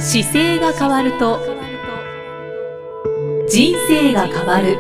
姿勢が変わると人生が変わる。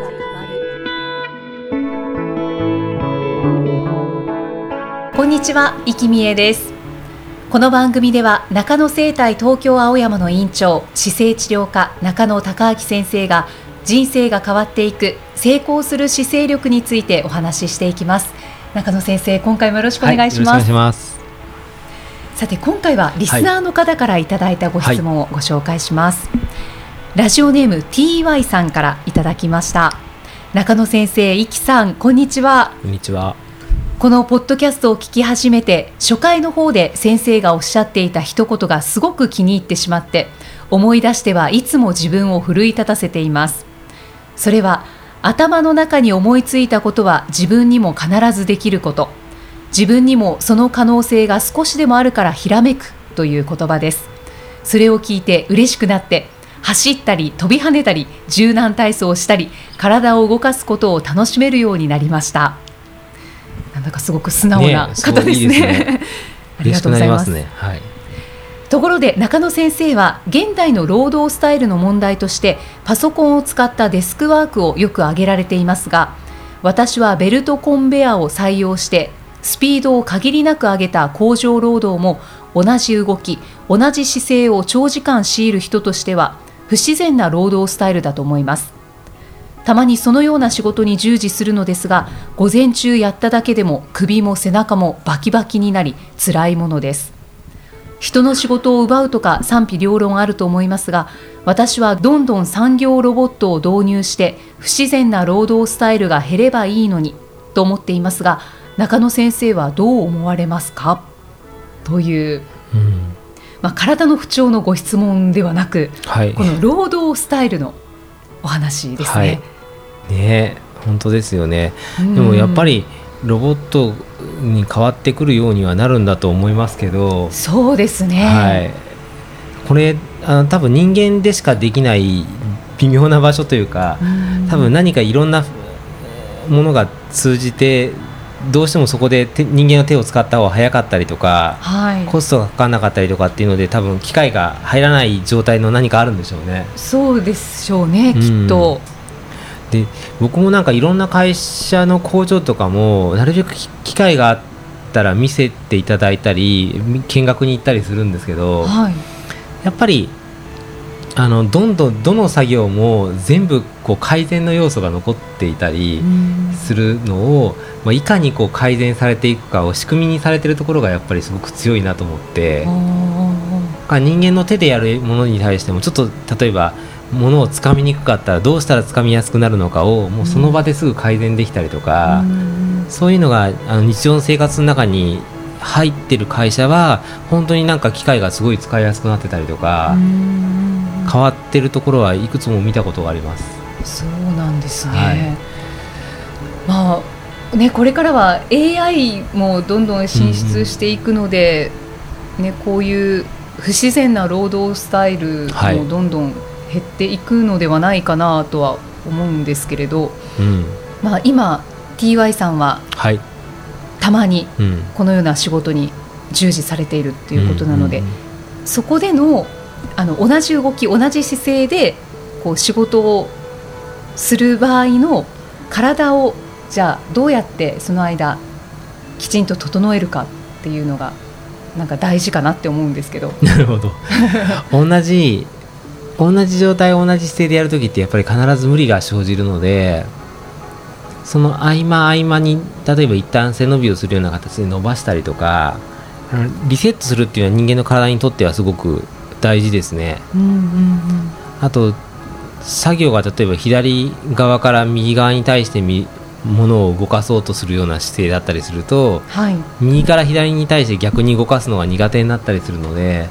こんにちは、生きみえです。この番組では中野生態東京青山の院長、姿勢治療科中野孝明先生が人生が変わっていく、成功する姿勢力についてお話ししていきます。中野先生、今回もよろしくお願いします。 よろしくお願いします。 さて、今回はリスナーの方からいただいたご質問をご紹介します。ラジオネーム TY さんからいただきました。中野先生、生きさん、こんにちは。 こんにちは。 このポッドキャストを聞き始めて、初回の方で先生がおっしゃっていた一言がすごく気に入ってしまって、思い出してはいつも自分を奮い立たせています。それは、頭の中に思いついたことは自分にも必ずできること、自分にもその可能性が少しでもあるからひらめくという言葉です。それを聞いて嬉しくなって、走ったり飛び跳ねたり柔軟体操をしたり、体を動かすことを楽しめるようになりました。なんだかすごく素直な方ですね。ありがとうございます。 嬉しくなりますね。はい。 ところで中野先生は現代の労働スタイルの問題としてパソコンを使ったデスクワークをよく挙げられていますが、私はベルトコンベアを採用してスピードを限りなく上げた工場労働も、同じ動き同じ姿勢を長時間強いる人としては不自然な労働スタイルだと思います。たまにそのような仕事に従事するのですが、午前中やっただけでも首も背中もバキバキになり辛いものです。人の仕事を奪うとか賛否両論あると思いますが、私はどんどん産業ロボットを導入して不自然な労働スタイルが減ればいいのにと思っていますが、中野先生はどう思われますか、という、体の不調のご質問ではなく、はい、この労働スタイルのお話ですね。 はい、ね、本当ですよね。でもやっぱりロボットに変わってくるようにはなるんだと思いますけど。そうですね、はい、これ多分人間でしかできない微妙な場所というか、多分何かいろんなものが通じてどうしてもそこで人間の手を使った方が早かったりとか、はい、コストがかからなかったりとかっていうので、多分機械が入らない状態の何かあるんでしょうね。 そうでしょうね、きっと。 で、僕もなんかいろんな会社の工場とかもなるべく機会があったら見せていただいたり見学に行ったりするんですけど、はい、やっぱりどの作業も全部こう改善の要素が残っていたりするのを、いかにこう改善されていくかを仕組みにされているところがやっぱりすごく強いなと思って、人間の手でやるものに対してもちょっと例えば物をつかみにくかったらどうしたらつかみやすくなるのかをもうその場ですぐ改善できたりとか、そういうのが日常の生活の中に入ってる会社は本当になんか機械がすごい使いやすくなってたりとか、変わってるところはいくつも見たことがあります。 そうなんですね。はい、これからは AI もどんどん進出していくので、こういう不自然な労働スタイルもどんどん減っていくのではないかなとは思うんですけれど、今 TY さんは、たまにこのような仕事に従事されているということなので、そこでの同じ動き同じ姿勢でこう仕事をする場合の体をじゃあどうやってその間きちんと整えるかっていうのがなんか大事かなって思うんですけど。 なるほど。同じ状態を同じ姿勢でやるときってやっぱり必ず無理が生じるので、その合間に例えば一旦背伸びをするような形で伸ばしたりとか、リセットするっていうのは人間の体にとってはすごく大事ですね。あと作業が例えば左側から右側に対して物を動かそうとするような姿勢だったりすると、右から左に対して逆に動かすのが苦手になったりするので、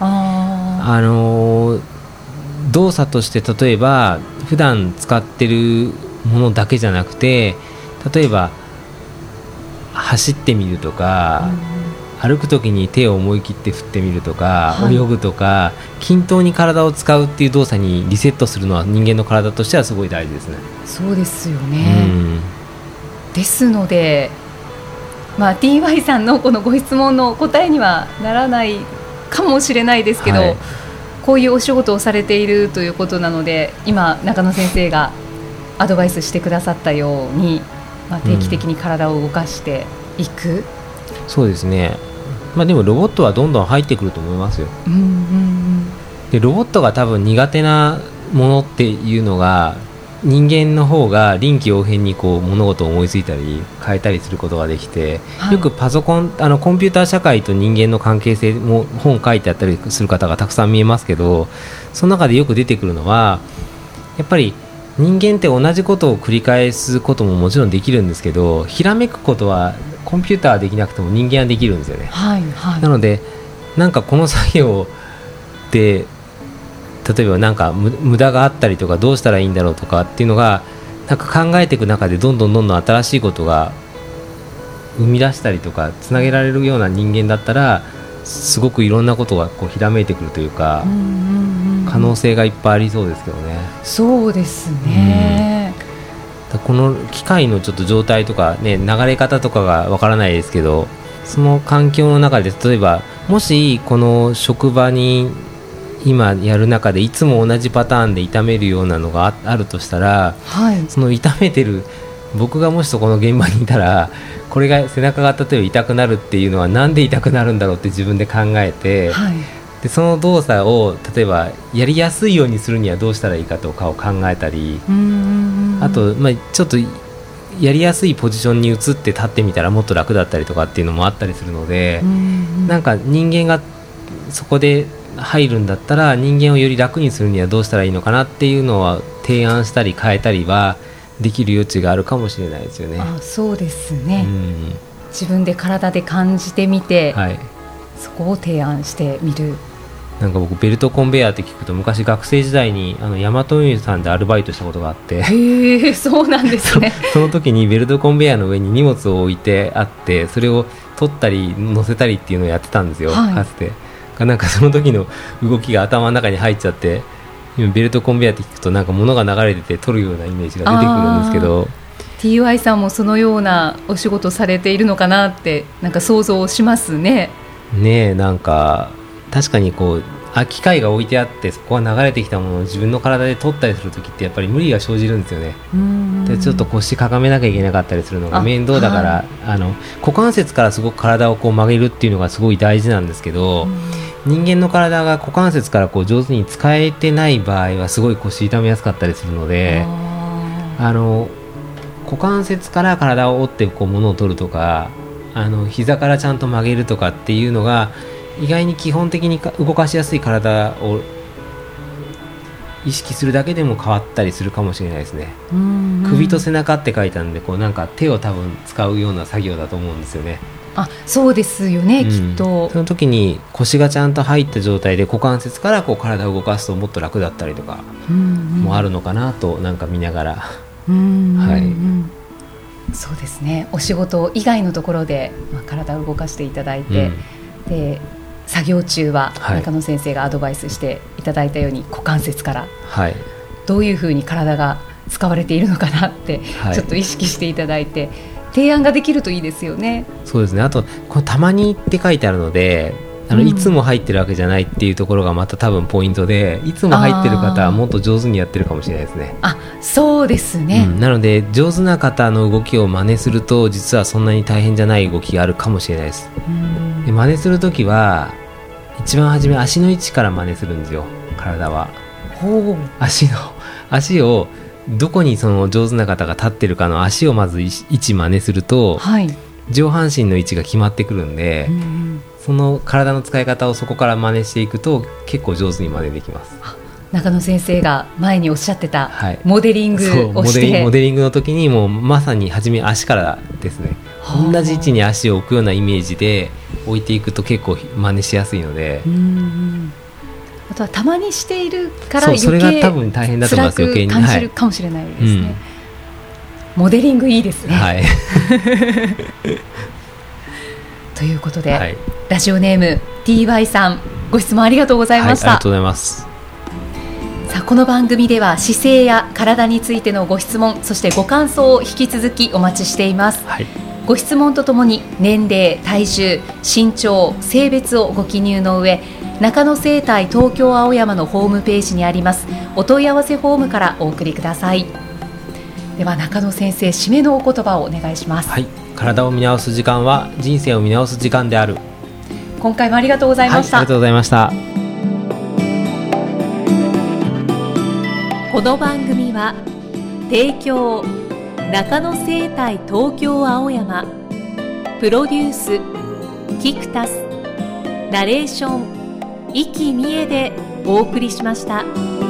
動作として例えば普段使ってるものだけじゃなくて、例えば走ってみるとか、歩くときに手を思い切って振ってみるとか、泳ぐとか均等に体を使うっていう動作にリセットするのは人間の体としてはすごい大事ですね。 そうですよね。ですので、TY さんのこのご質問の答えにはならないかもしれないですけど、 こういうお仕事をされているということなので、今中野先生がアドバイスしてくださったように、定期的に体を動かしていく、 そうですね。でもロボットはどんどん入ってくると思いますよ。でロボットが多分苦手なものっていうのが、人間の方が臨機応変にこう物事を思いついたり変えたりすることができて、よくパソコンコンピューター社会と人間の関係性も本書いてあったりする方がたくさん見えますけど、その中でよく出てくるのは、やっぱり人間って同じことを繰り返すことももちろんできるんですけど、ひらめくことはコンピューターはできなくても人間はできるんですよね。なのでなんかこの作業で例えばなんか無駄があったりとか、どうしたらいいんだろうとかっていうのがなんか考えていく中でどんどん新しいことが生み出したりとかつなげられるような人間だったら、すごくいろんなことがこうひらめいてくるというか、可能性がいっぱいありそうですけどね。 そうですね、 この機械のちょっと状態とか、ね、流れ方とかがわからないですけど、その環境の中で例えばもしこの職場に今やる中でいつも同じパターンで痛めるようなのが あるとしたら、その痛めてる僕がもしそこの現場にいたら、これが背中が例えば痛くなるっていうのはなんで痛くなるんだろうって自分で考えて、でその動作を例えばやりやすいようにするにはどうしたらいいかとかを考えたり、あと、ちょっとやりやすいポジションに移って立ってみたらもっと楽だったりとかっていうのもあったりするので、なんか人間がそこで入るんだったら人間をより楽にするにはどうしたらいいのかなっていうのは提案したり変えたりはできる余地があるかもしれないですよね。 そうですね、自分で体で感じてみて、そこを提案してみる。 なんか僕ベルトコンベヤーって聞くと、昔学生時代に大和運輸さんでアルバイトしたことがあって、 そうなんですねその時にベルトコンベヤーの上に荷物を置いてあって、それを取ったり乗せたりっていうのをやってたんですよ、かつて。なんかその時の動きが頭の中に入っちゃって、今ベルトコンベヤーって聞くとなんか物が流れてて取るようなイメージが出てくるんですけど、 TY さんもそのようなお仕事されているのかなってなんか想像しますね。 なんか確かにこう機械が置いてあって、そこが流れてきたものを自分の体で取ったりするときってやっぱり無理が生じるんですよね。でちょっと腰かがめなきゃいけなかったりするのが面倒だから、股関節からすごく体をこう曲げるっていうのがすごい大事なんですけど、人間の体が股関節からこう上手に使えてない場合はすごい腰痛めやすかったりするので、股関節から体を折ってこう物を取るとか、膝からちゃんと曲げるとかっていうのが意外に基本的に動かしやすい体を意識するだけでも変わったりするかもしれないですね。首と背中って書いたんで、こうなんか手を多分使うような作業だと思うんですよね。 そうですよね、きっと。 その時に腰がちゃんと入った状態で股関節からこう体を動かすともっと楽だったりとかもあるのかなとなんか見ながら、 そうですね、お仕事以外のところで、体を動かしていただいて、で作業中は中野先生がアドバイスしていただいたように股関節からどういうふうに体が使われているのかなってちょっと意識していただいて、提案ができるといいですよね。 そうですね。あとこれたまにって書いてあるので、いつも入ってるわけじゃないっていうところがまた多分ポイントで、いつも入ってる方はもっと上手にやってるかもしれないですね。 そうですね、 なので上手な方の動きを真似すると実はそんなに大変じゃない動きがあるかもしれないです。で真似するときは一番初め足の位置から真似するんですよ。体は足をどこにその上手な方が立ってるかの足をまず位置真似すると、上半身の位置が決まってくるんで、その体の使い方をそこから真似していくと結構上手に真似できます。 中野先生が前におっしゃってたモデリングをしてモデリングの時にもうまさに初め足からですね、同じ位置に足を置くようなイメージで置いていくと結構真似しやすいので、 あとはたまにしているから余計それが多分大変だと思います。 辛く感じるかもしれないですね。モデリングいいですね、ということで、ラジオネーム TY さん、ご質問ありがとうございました。 ありがとうございます。 さあ、この番組では姿勢や体についてのご質問、そしてご感想を引き続きお待ちしています。ご質問とともに年齢、体重、身長、性別をご記入の上、 中野生態東京青山のホームページにありますお問い合わせフォームからお送りください。では中野先生、締めのお言葉をお願いします。 はい、体を見直す時間は人生を見直す時間である。 今回もありがとうございました。 はい、ありがとうございました。 この番組は提供中野生態東京青山、プロデュースキクタス、ナレーション生きみえでお送りしました。